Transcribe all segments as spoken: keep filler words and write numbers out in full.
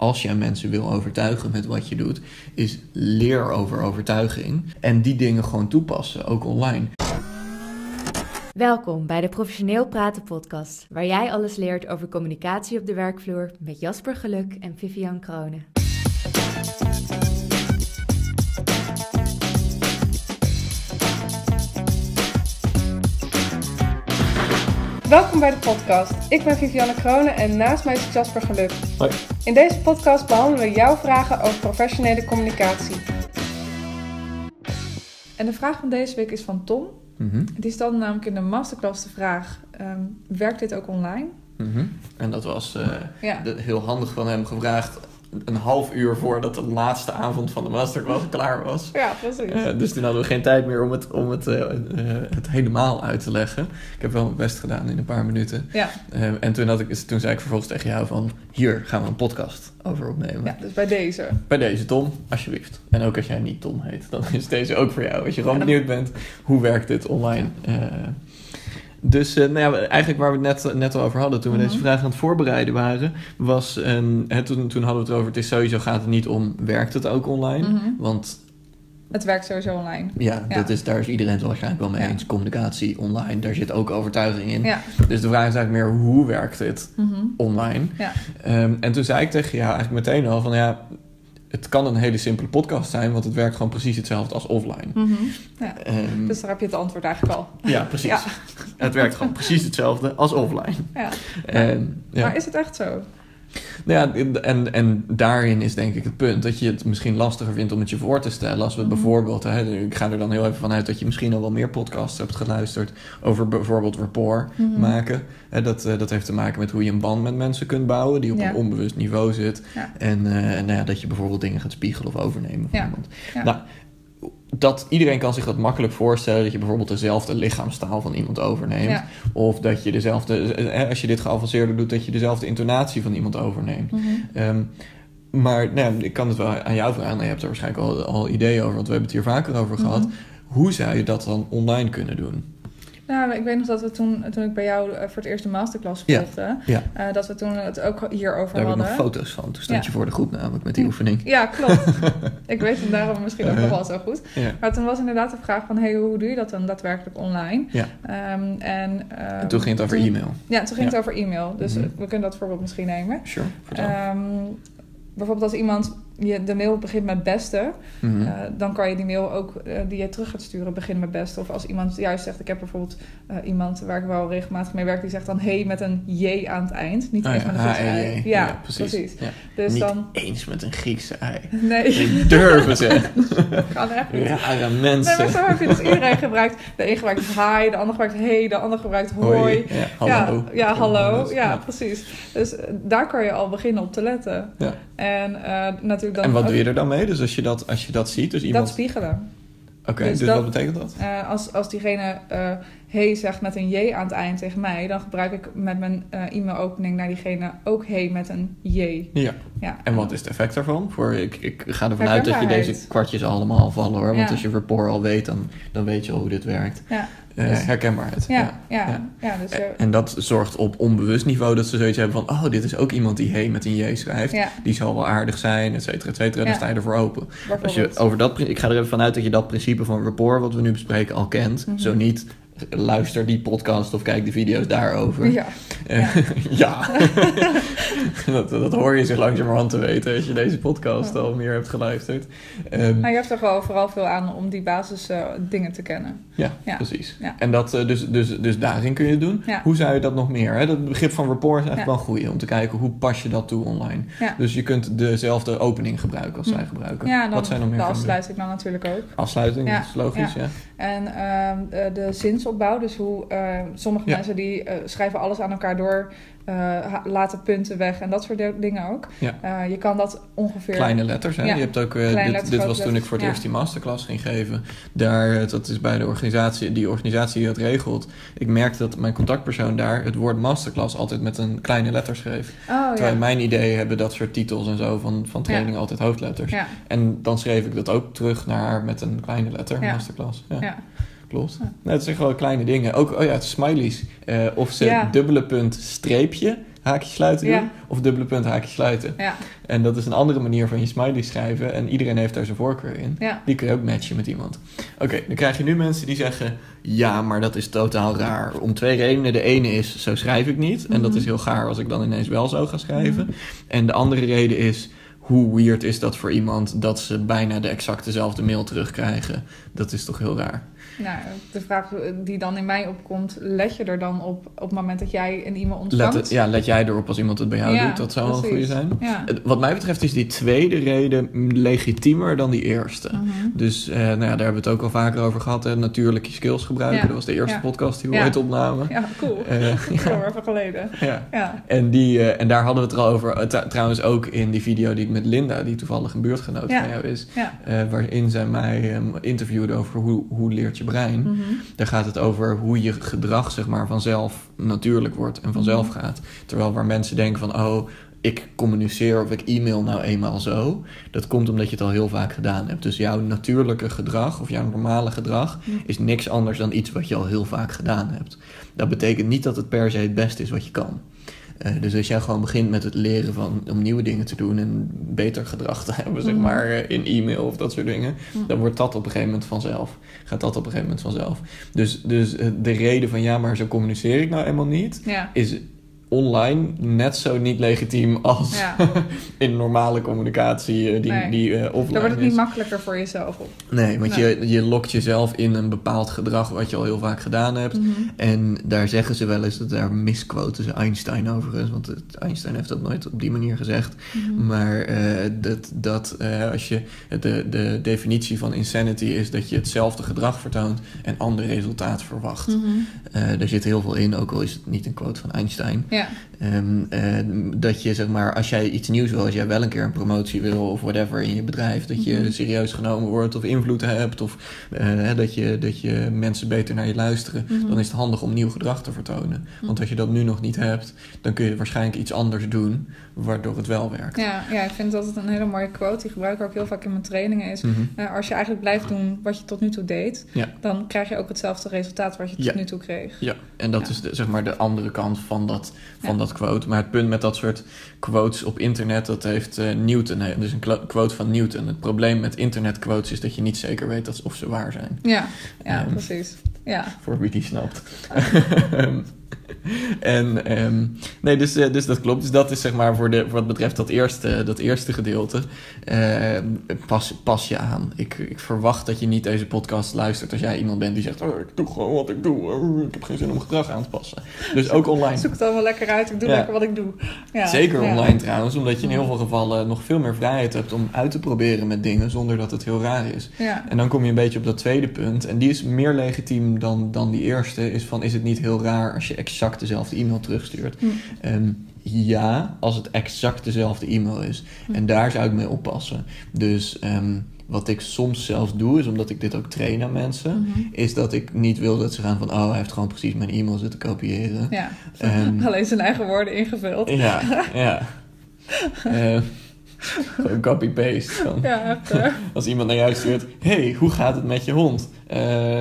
als jij mensen wil overtuigen met wat je doet, is leer over overtuiging. En die dingen gewoon toepassen, ook online. Welkom bij de Professioneel Praten podcast, waar jij alles leert over communicatie op de werkvloer met Jasper Geluk en Vivian Kronen. Welkom bij de podcast. Ik ben Vivianne Kronen en naast mij is Jasper Geluk. Hoi. In deze podcast behandelen we jouw vragen over professionele communicatie. En de vraag van deze week is van Tom. Mm-hmm. Die stelde namelijk in de masterclass de vraag, um, werkt dit ook online? Mm-hmm. En dat was uh, Ja. de, heel handig van hem gevraagd. Een half uur voordat de laatste avond van de masterclass klaar was. Ja, precies. Uh, dus toen hadden we geen tijd meer om het, om het, uh, uh, het helemaal uit te leggen. Ik heb wel mijn best gedaan in een paar minuten. Ja. Uh, en toen, had ik, toen zei ik vervolgens tegen jou van... hier gaan we een podcast over opnemen. Ja, dus bij deze. Bij deze, Tom, alsjeblieft. En ook als jij niet Tom heet, dan is deze ook voor jou. Als je gewoon dan... benieuwd bent, hoe werkt dit online? Uh, Dus uh, nou ja, eigenlijk waar we het net, net al over hadden toen we mm-hmm. deze vraag aan het voorbereiden waren, was, um, hè, toen, toen hadden we het over, het is sowieso gaat het niet om, werkt het ook online? Mm-hmm. Want het werkt sowieso online. Ja, ja. Dat is, daar is iedereen het waarschijnlijk wel mee eens. Ja. Communicatie online, daar zit ook overtuiging in. Ja. Dus de vraag is eigenlijk meer, hoe werkt dit mm-hmm. online? Ja. Um, en toen zei ik tegen jou eigenlijk meteen al van ja, het kan een hele simpele podcast zijn, want het werkt gewoon precies hetzelfde als offline. Mm-hmm. Ja. Um, dus daar heb je het antwoord eigenlijk al. Ja, precies. Ja. Het werkt gewoon precies hetzelfde als offline. Ja. En, ja. Maar is het echt zo? Nou ja, en, en daarin is denk ik het punt dat je het misschien lastiger vindt om het je voor te stellen. Als we mm-hmm. bijvoorbeeld, hè, ik ga er dan heel even vanuit dat je misschien al wel meer podcasts hebt geluisterd over bijvoorbeeld rapport mm-hmm. maken. Hè, dat, dat heeft te maken met hoe je een band met mensen kunt bouwen die op ja. een onbewust niveau zit. Ja. En uh, nou ja, dat je bijvoorbeeld dingen gaat spiegelen of overnemen van ja. iemand. Ja. Nou, dat iedereen kan zich dat makkelijk voorstellen, dat je bijvoorbeeld dezelfde lichaamstaal van iemand overneemt. Ja. Of dat je dezelfde, als je dit geavanceerder doet, dat je dezelfde intonatie van iemand overneemt. Mm-hmm. Um, maar nou ja, ik kan het wel aan jou vragen, je hebt er waarschijnlijk al, al ideeën over, want we hebben het hier vaker over gehad. Mm-hmm. Hoe zou je dat dan online kunnen doen? Nou, ik weet nog dat we toen, toen ik bij jou uh, voor het eerst de masterclass volgde, ja. Ja. Uh, dat we toen het ook hierover Daar hadden. Daar heb ik nog foto's van. Toen stond ja. je voor de groep namelijk met die oefening. Ja, klopt. Ik weet hem daarom misschien ook uh, nog wel zo goed. Ja. Maar toen was inderdaad de vraag van, hey, hoe doe je dat dan daadwerkelijk online? Ja. Um, en, um, en toen ging het over toen, e-mail. Ja, toen ging ja. het over e-mail. Dus mm-hmm. we kunnen dat voorbeeld misschien nemen. Sure, vertel. Um, bijvoorbeeld als iemand je de mail begint met beste, mm-hmm. uh, dan kan je die mail ook uh, die je terug gaat sturen beginnen met beste. Of als iemand juist zegt, ik heb bijvoorbeeld uh, iemand waar ik wel regelmatig mee werk, die zegt dan hey met een J aan het eind. Niet oh, eens ja, met een Griekse ei. Ja, ja, precies. precies. Ja. Dus niet dan... eens met een Griekse ei. Nee. Ik durven ze. Kan echt niet. Rare mensen. Nee, maar zo heb je dus iedereen gebruikt. De een gebruikt hi, de ander gebruikt hey, de ander gebruikt hoi. hoi. Ja, hallo. Ja, ja hallo. Ja, ja, precies. Dus uh, daar kan je al beginnen op te letten. Ja. En uh, natuurlijk dan... En wat ook, doe je er dan mee? Dus als je dat, als je dat ziet, dus iemand... Dat spiegelen. Oké, okay, dus, dus dat, wat betekent dat? Uh, als, als diegene uh, hey zegt met een J aan het eind tegen mij, dan gebruik ik met mijn uh, e-mailopening naar diegene ook hey met een J. Ja. ja. En wat is het effect daarvan? Voor, ik, ik ga ervan uit dat je deze kwartjes allemaal vallen hoor. Want ja. als je rapport al weet, dan, dan weet je al hoe dit werkt. Ja. Uh, dus, herkenbaarheid. Ja, ja, ja. ja. ja dus, uh, en dat zorgt op onbewust niveau dat ze zoiets hebben van... oh, dit is ook iemand die hey met een J schrijft. Ja. Die zal wel aardig zijn, et cetera, et cetera. Ja. Dan sta je ervoor open. Als je over dat, ik ga er even vanuit dat je dat principe van rapport... wat we nu bespreken al kent. Mm-hmm. Zo niet... luister die podcast of kijk de video's daarover. Ja. Uh, ja. dat, dat hoor je zich langzamerhand te weten als je deze podcast ja. al meer hebt geluisterd. Um, nou, je hebt er wel vooral veel aan om die basis uh, dingen te kennen. Ja, ja. precies. Ja. En dat, uh, dus, dus, dus daarin kun je het doen. Ja. Hoe zou je dat nog meer? Hè? Dat begrip van rapport is echt ja. wel een goeie om te kijken hoe pas je dat toe online. Ja. Dus je kunt dezelfde opening gebruiken als mm. zij gebruiken. Ja, dan, wat zijn nog meer de afsluiting dan natuurlijk ook. Afsluiting, ja. dat is logisch, ja. ja. En uh, de zinsopbouw, dus hoe uh, sommige ja. mensen die uh, schrijven alles aan elkaar door, uh, laten punten weg en dat soort de- dingen ook. Ja. Uh, je kan dat ongeveer... Kleine letters, hè? Ja. Je hebt ook, uh, dit, letters, dit was toen ik voor het ja. eerst die masterclass ging geven. Daar, dat is bij de organisatie, die organisatie die dat regelt. Ik merkte dat mijn contactpersoon daar het woord masterclass altijd met een kleine letter schreef. Oh, Terwijl ja. mijn ideeën hebben dat soort titels en zo van, van training ja. altijd hoofdletters. Ja. En dan schreef ik dat ook terug naar haar met een kleine letter, ja. masterclass. Ja. ja. Klopt. Ja. Nee, het zijn gewoon kleine dingen. Ook, oh ja, smileys. Uh, of ze ja. dubbele punt streepje haakje sluiten Ja. doen. Of dubbele punt, haakje sluiten. Ja. En dat is een andere manier van je smiley schrijven. En iedereen heeft daar zijn voorkeur in. Ja. Die kun je ook matchen met iemand. Oké, okay, dan krijg je nu mensen die zeggen... ja, maar dat is totaal raar. Om twee redenen. De ene is, zo schrijf ik niet. En dat is heel gaar als ik dan ineens wel zo ga schrijven. Mm-hmm. En de andere reden is... hoe weird is dat voor iemand... dat ze bijna de exact dezelfde mail terugkrijgen. Dat is toch heel raar. Nou, de vraag die dan in mij opkomt... let je er dan op op het moment dat jij een e-mail ontvangt? Let het, ja, let jij erop als iemand het bij jou ja, doet. Dat zou precies. wel een goede zijn. Ja. Wat mij betreft is die tweede reden legitiemer dan die eerste. Mm-hmm. Dus eh, nou ja, daar hebben we het ook al vaker over gehad. Hè? Natuurlijk je skills gebruiken. Ja. Dat was de eerste ja. podcast die we ja. ooit opnamen. Ja, cool. Uh, ja. ja. Even geleden. Ja. Ja. En, die, uh, en daar hadden we het er al over. Uh, t- trouwens ook in die video die ik met Linda... die toevallig een buurtgenoot ja. van jou is... Ja. Uh, waarin zij mij um, interviewde over hoe, hoe leert je brein. Mm-hmm. Daar gaat het over hoe je gedrag zeg maar vanzelf natuurlijk wordt en vanzelf Mm-hmm. gaat. Terwijl waar mensen denken van... oh, ik communiceer of ik e-mail nou eenmaal zo. Dat komt omdat je het al heel vaak gedaan hebt. Dus jouw natuurlijke gedrag of jouw normale gedrag... Mm. is niks anders dan iets wat je al heel vaak gedaan hebt. Dat betekent niet dat het per se het beste is wat je kan. Uh, dus als jij gewoon begint met het leren van om nieuwe dingen te doen... en beter gedrag te hebben, zeg maar, uh, in e-mail of dat soort dingen... Mm. dan wordt dat op een gegeven moment vanzelf. Gaat dat op een gegeven moment vanzelf. Dus, dus uh, de reden van ja, maar zo communiceer ik nou eenmaal niet... Ja. is online net zo niet legitiem als ja. in normale communicatie uh, die, nee. die uh, offline is. Daar wordt het niet makkelijker voor jezelf op. Nee, want nee. Je, je lokt jezelf in een bepaald gedrag wat je al heel vaak gedaan hebt. Mm-hmm. En daar zeggen ze wel eens dat daar misquoten ze Einstein over is. Want het, Einstein heeft dat nooit op die manier gezegd. Mm-hmm. Maar uh, dat, dat uh, als je de, de definitie van insanity is dat je hetzelfde gedrag vertoont en ander resultaat verwacht. Mm-hmm. Uh, daar zit heel veel in, ook al is het niet een quote van Einstein. Ja. Um, uh, dat je zeg maar, als jij iets nieuws wil, als jij wel een keer een promotie wil of whatever in je bedrijf, dat je mm-hmm. serieus genomen wordt of invloed hebt of uh, dat, je, dat je mensen beter naar je luisteren, mm-hmm. dan is het handig om nieuw gedrag te vertonen. Mm-hmm. Want als je dat nu nog niet hebt, dan kun je waarschijnlijk iets anders doen, waardoor het wel werkt. Ja, ja, ik vind dat het een hele mooie quote, die gebruik ik ook heel vaak in mijn trainingen, is mm-hmm. uh, als je eigenlijk blijft doen wat je tot nu toe deed, ja. dan krijg je ook hetzelfde resultaat wat je tot ja. nu toe kreeg. Ja, en dat ja. is de, zeg maar de andere kant van dat, van ja. dat quote. Maar het punt met dat soort quotes op internet, dat heeft uh, Newton, nee, dus een quote van Newton. Het probleem met internetquotes is dat je niet zeker weet dat, of ze waar zijn. Ja, ja um, precies. Ja. Voor wie die snapt. En um, nee, dus, uh, dus dat klopt. Dus dat is zeg maar voor, de, voor wat betreft dat eerste, dat eerste gedeelte. Uh, pas, pas je aan. Ik, ik verwacht dat je niet deze podcast luistert als jij iemand bent die zegt, oh, ik doe gewoon wat ik doe. Oh, ik heb geen zin om gedrag aan te passen. Dus ook online. Zoek het allemaal lekker uit. Ik doe ja. lekker wat ik doe. Ja. Zeker ja. online trouwens, omdat je in heel veel gevallen nog veel meer vrijheid hebt om uit te proberen met dingen zonder dat het heel raar is. Ja. En dan kom je een beetje op dat tweede punt. En die is meer legitiem dan, dan die eerste. Is van, is het niet heel raar als je exact dezelfde e-mail terugstuurt? Mm. Um, ja, als het exact dezelfde e-mail is. Mm. En daar zou ik mee oppassen. Dus um, wat ik soms zelfs doe, is omdat ik dit ook train aan mensen, mm-hmm. is dat ik niet wil dat ze gaan van, oh, hij heeft gewoon precies mijn e-mail zitten kopiëren. Ja, um, alleen zijn eigen woorden ingevuld. Ja, ja. uh, Gewoon copy-paste. Ja, echt, hè? Als iemand naar jou stuurt, hey, hoe gaat het met je hond? Uh,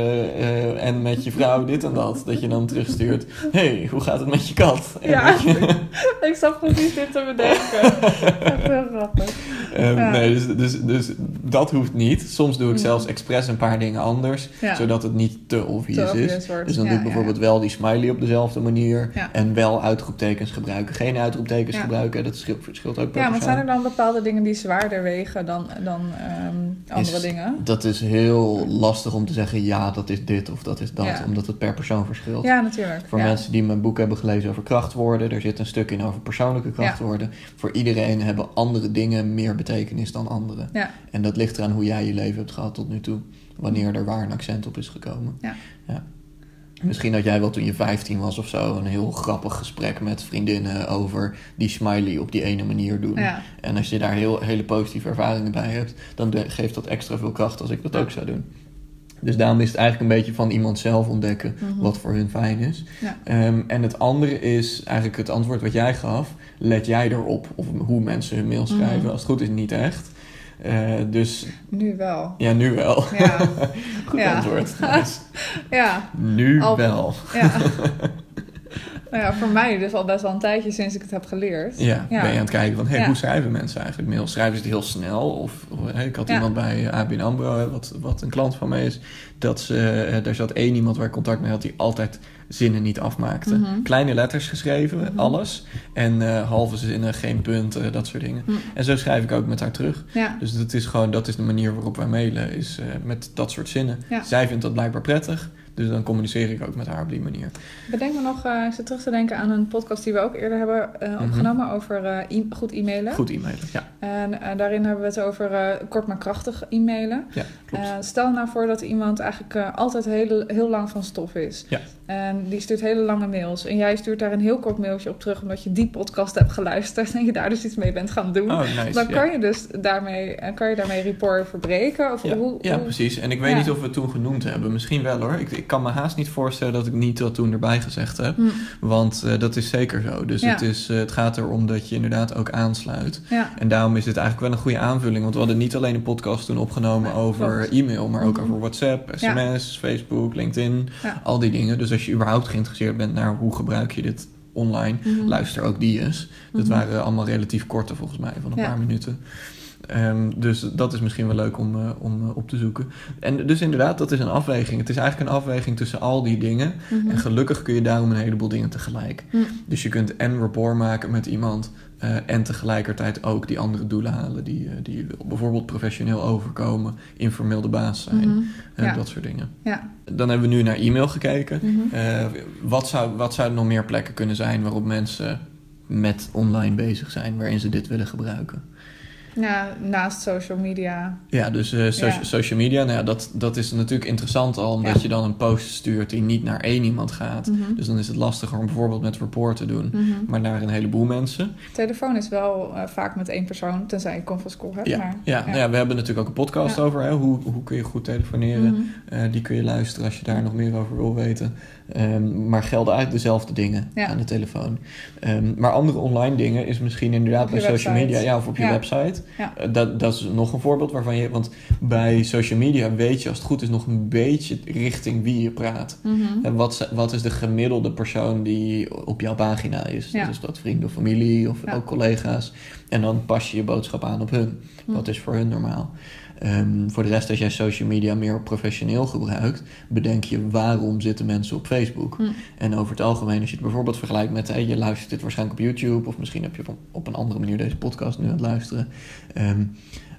uh, en met je vrouw dit en dat. Dat je dan terugstuurt, hey, hoe gaat het met je kat? En ja, je... ik zat precies dit te bedenken. Echt heel grappig. Um, ja. Nee, dus, dus, dus dat hoeft niet. Soms doe ik ja. zelfs expres een paar dingen anders, ja. zodat het niet te obvious, te obvious is. Wordt. Dus dan ja, doe ik bijvoorbeeld ja, ja. wel die smiley op dezelfde manier ja. en wel uitroeptekens gebruiken. Geen uitroeptekens ja. gebruiken, dat scheelt, verschilt ook per Ja, maar persoon. zijn er dan bepaalde dingen die zwaarder wegen dan, dan um, andere is, dingen? Dat is heel lastig om te zeggen, ja, dat is dit of dat is dat, ja. omdat het per persoon verschilt. Ja, natuurlijk. Voor ja. mensen die mijn boek hebben gelezen over krachtwoorden, er zit een stuk in over persoonlijke krachtwoorden. Ja. Voor iedereen hebben andere dingen meer betekenis dan andere. Ja. En dat ligt eraan hoe jij je leven hebt gehad tot nu toe. Wanneer er waar een accent op is gekomen. Ja. Ja. Misschien had jij wel toen je vijftien was of zo een heel grappig gesprek met vriendinnen over die smiley op die ene manier doen. Ja. En als je daar heel, hele positieve ervaringen bij hebt, dan de, geeft dat extra veel kracht als ik dat ja. ook zou doen. Dus daarom is het eigenlijk een beetje van iemand zelf ontdekken mm-hmm. wat voor hun fijn is. Ja. Um, en het andere is eigenlijk het antwoord wat jij gaf. Let jij erop of hoe mensen hun mail schrijven? Mm-hmm. Als het goed is niet echt. Uh, dus, nu wel. Ja, nu wel. Ja. Goed ja. antwoord. Nice. Ja. Nu Al, wel. Ja. Nou ja, voor mij dus al best wel een tijdje sinds ik het heb geleerd. Ja, ja. ben je aan het kijken van, hey, ja. hoe schrijven mensen eigenlijk mail? Schrijven ze het heel snel? Of, hey, ik had ja. iemand bij A B N AMRO, hè, wat, wat een klant van mij is, dat ze, uh, daar zat één iemand waar ik contact mee had, die altijd zinnen niet afmaakte. Mm-hmm. Kleine letters geschreven, mm-hmm. alles. En uh, halve zinnen, geen punten, dat soort dingen. Mm. En zo schrijf ik ook met haar terug. Ja. Dus dat is gewoon, dat is de manier waarop wij mailen, is uh, met dat soort zinnen. Ja. Zij vindt dat blijkbaar prettig. Dus dan communiceer ik ook met haar op die manier. Bedenk me nog, uh, ik zit terug te denken aan een podcast die we ook eerder hebben uh, opgenomen mm-hmm. over uh, e- goed e-mailen. Goed e-mailen, ja. En uh, daarin hebben we het over uh, kort maar krachtig e-mailen. Ja, klopt. Uh, stel nou voor dat iemand eigenlijk uh, altijd heel, heel lang van stof is. Ja. En die stuurt hele lange mails. En jij stuurt daar een heel kort mailtje op terug, omdat je die podcast hebt geluisterd en je daar dus iets mee bent gaan doen. Oh, nice. Dan kan ja. je dus daarmee, kan je daarmee rapport verbreken? Of ja, hoe, ja hoe... precies. En ik weet ja. niet of we het toen genoemd hebben. Misschien wel hoor. Ik, ik kan me haast niet voorstellen dat ik niet dat toen erbij gezegd heb. Hm. Want uh, dat is zeker zo. Dus ja. het, is, uh, het gaat erom dat je inderdaad ook aansluit. Ja. En daarom is dit eigenlijk wel een goede aanvulling. Want we hadden niet alleen een podcast toen opgenomen ja, over klopt. e-mail, maar ook mm-hmm. over WhatsApp, sms, ja. Facebook, LinkedIn. Ja. Al die dingen. Dus als je überhaupt geïnteresseerd bent naar hoe gebruik je dit online, mm-hmm. luister ook die eens. Dat mm-hmm. waren allemaal relatief korte volgens mij, van een ja. paar minuten. Um, dus dat is misschien wel leuk om, uh, om uh, op te zoeken. En dus inderdaad, dat is een afweging. Het is eigenlijk een afweging tussen al die dingen. Mm-hmm. En gelukkig kun je daarom een heleboel dingen tegelijk. Mm. Dus je kunt en rapport maken met iemand uh, en tegelijkertijd ook die andere doelen halen die, uh, die je wil. Bijvoorbeeld professioneel overkomen, informeel de baas zijn, mm-hmm. uh, ja. dat soort dingen. Ja. Dan hebben we nu naar e-mail gekeken. Mm-hmm. Uh, wat, zou, wat zouden nog meer plekken kunnen zijn waarop mensen met online bezig zijn, waarin ze dit willen gebruiken? Ja, naast social media. Ja, dus uh, so- ja. social media, nou ja, dat, dat is natuurlijk interessant al, omdat ja. je dan een post stuurt die niet naar één iemand gaat. Mm-hmm. Dus dan is het lastiger om bijvoorbeeld met rapport te doen, mm-hmm. maar naar een heleboel mensen. Telefoon is wel uh, vaak met één persoon, tenzij je een conference call hebt. Ja, maar, ja, ja. Nou ja, we hebben natuurlijk ook een podcast ja. over, hè? Hoe, hoe kun je goed telefoneren. Mm-hmm. Uh, die kun je luisteren als je daar nog meer over wil weten. Um, maar gelden eigenlijk dezelfde dingen ja. aan de telefoon. Um, maar andere online dingen is misschien inderdaad bij social media, ja, of op je ja. website. Ja. Uh, dat, dat is nog een voorbeeld waarvan je, want bij social media weet je als het goed is nog een beetje richting wie je praat. Mm-hmm. En wat, wat is de gemiddelde persoon die op jouw pagina is? Ja. Dus is dat vrienden of familie of ja. ook collega's. En dan pas je je boodschap aan op hun. Mm. Wat is voor hun normaal? Um, voor de rest, als jij social media meer professioneel gebruikt, bedenk je waarom zitten mensen op Facebook. Mm. En over het algemeen, als je het bijvoorbeeld vergelijkt met, hey, je luistert dit waarschijnlijk op YouTube, of misschien heb je op, op een andere manier deze podcast nu aan het luisteren. Um,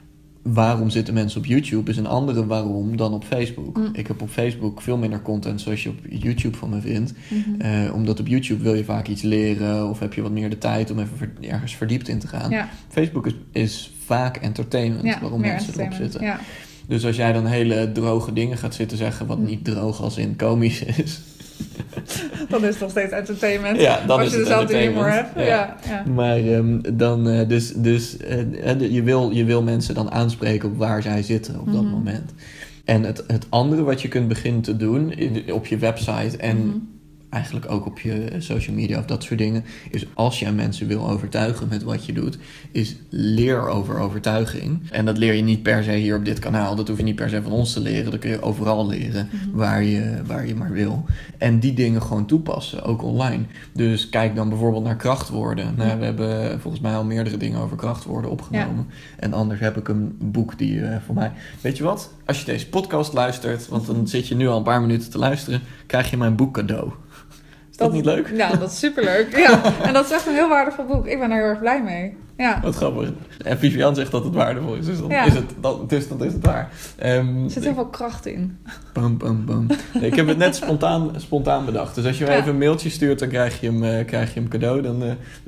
waarom zitten mensen op YouTube is een andere waarom dan op Facebook. Mm. Ik heb op Facebook veel minder content zoals je op YouTube van me vindt. Mm-hmm. Uh, omdat op YouTube wil je vaak iets leren of heb je wat meer de tijd om even ver, ergens verdiept in te gaan. Ja. Facebook is, is vaak entertainment, ja, waarom mensen erop zitten. Ja. Dus als jij dan hele droge dingen gaat zitten zeggen, wat mm. niet droog als in komisch is, dan is het nog steeds entertainment. Ja, dan als is je het dezelfde humor hebt. Ja. Ja, ja. Maar um, dan, uh, dus, dus uh, je, wil, je wil mensen dan aanspreken op waar zij zitten op mm-hmm. dat moment. En het, het andere wat je kunt beginnen te doen in, op je website en mm-hmm. eigenlijk ook op je social media of dat soort dingen, is als jij mensen wil overtuigen met wat je doet, is leer over overtuiging. En dat leer je niet per se hier op dit kanaal. Dat hoef je niet per se van ons te leren. Dat kun je overal leren, mm-hmm. waar je, waar je maar wil. En die dingen gewoon toepassen, ook online. Dus kijk dan bijvoorbeeld naar krachtwoorden. Nou, we hebben volgens mij al meerdere dingen over krachtwoorden opgenomen. Ja. En anders heb ik een boek die uh, voor mij... Weet je wat? Als je deze podcast luistert, want dan zit je nu al een paar minuten te luisteren, krijg je mijn boek cadeau. Is dat, dat niet leuk? Ja, dat is superleuk. Ja. En dat is echt een heel waardevol boek. Ik ben er heel erg blij mee. Ja. Wat grappig. En Vivian zegt dat het waardevol is. Dus dan, ja. is, het, dan, dus dan is het waar. Um, er zit heel veel kracht in. Bam, bam, bam. Nee, ik heb het net spontaan, spontaan bedacht. Dus als je me ja. even een mailtje stuurt, dan krijg je hem, uh, krijg je hem cadeau. Dan, uh,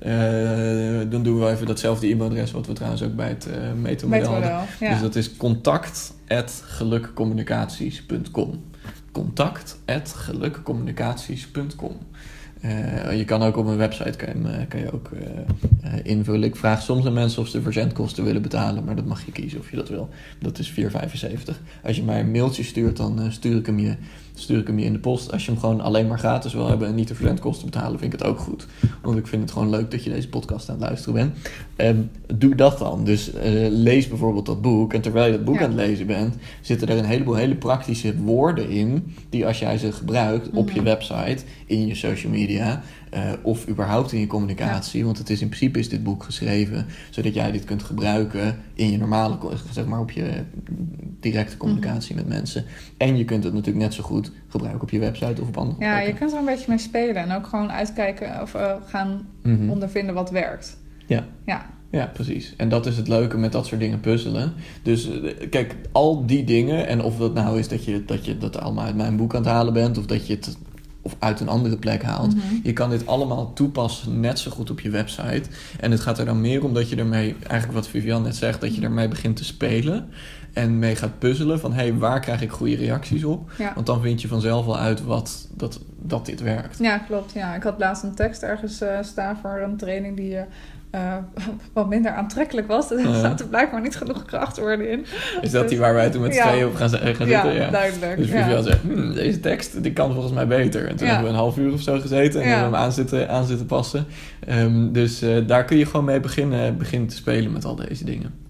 uh, dan doen we even datzelfde e-mailadres, wat we trouwens ook bij het uh, meetmodel hadden. Ja. Dus dat is contact at gelukcommunicaties punt com. contact at gelukcommunicaties punt com. Uh, je kan ook op mijn website kan je, kan je ook uh, uh, invullen. Ik vraag soms aan mensen of ze de verzendkosten willen betalen, maar dat mag je kiezen of je dat wil. Dat is vier vijfenzeventig. Als je mij een mailtje stuurt, dan uh, stuur ik hem je, stuur ik hem je in de post. Als je hem gewoon alleen maar gratis wil hebben en niet de verzendkosten betalen, vind ik het ook goed. Want ik vind het gewoon leuk dat je deze podcast aan het luisteren bent. Um, doe dat dan. Dus uh, lees bijvoorbeeld dat boek. En terwijl je dat boek ja. aan het lezen bent, zitten er een heleboel hele praktische woorden in, die als jij ze gebruikt op mm-hmm. je website, in je social media, media uh, of überhaupt in je communicatie. Ja. Want het is in principe is dit boek geschreven zodat jij dit kunt gebruiken in je normale, zeg maar op je directe communicatie mm-hmm. met mensen. En je kunt het natuurlijk net zo goed gebruiken op je website of op andere ja, plekken. Je kunt er een beetje mee spelen en ook gewoon uitkijken of uh, gaan mm-hmm. ondervinden wat werkt. Ja. Ja. Ja, precies. En dat is het leuke met dat soort dingen puzzelen. Dus kijk, al die dingen, en of dat nou is dat je dat, je dat allemaal uit mijn boek aan het halen bent, of dat je het of uit een andere plek haalt. Mm-hmm. Je kan dit allemaal toepassen net zo goed op je website. En het gaat er dan meer om dat je ermee, eigenlijk wat Vivian net zegt, dat je ermee begint te spelen en mee gaat puzzelen van, hé, hey, waar krijg ik goede reacties op? Ja. Want dan vind je vanzelf wel uit wat, dat, dat dit werkt. Ja, klopt. Ja. Ik had laatst een tekst ergens uh, staan voor een training die... Uh, Uh, wat minder aantrekkelijk was. Er ja. zat er blijkbaar niet genoeg krachtwoorden in. Is dat dus, die waar wij toen met z'n ja. tweeën op gaan, gaan zitten? Ja, ja. duidelijk. Dus Vivian ja. zegt, hm, deze tekst die kan volgens mij beter. En toen ja. hebben we een half uur of zo gezeten en ja. hebben we hem aan zitten, aan zitten passen. Um, dus uh, daar kun je gewoon mee beginnen, beginnen te spelen met al deze dingen.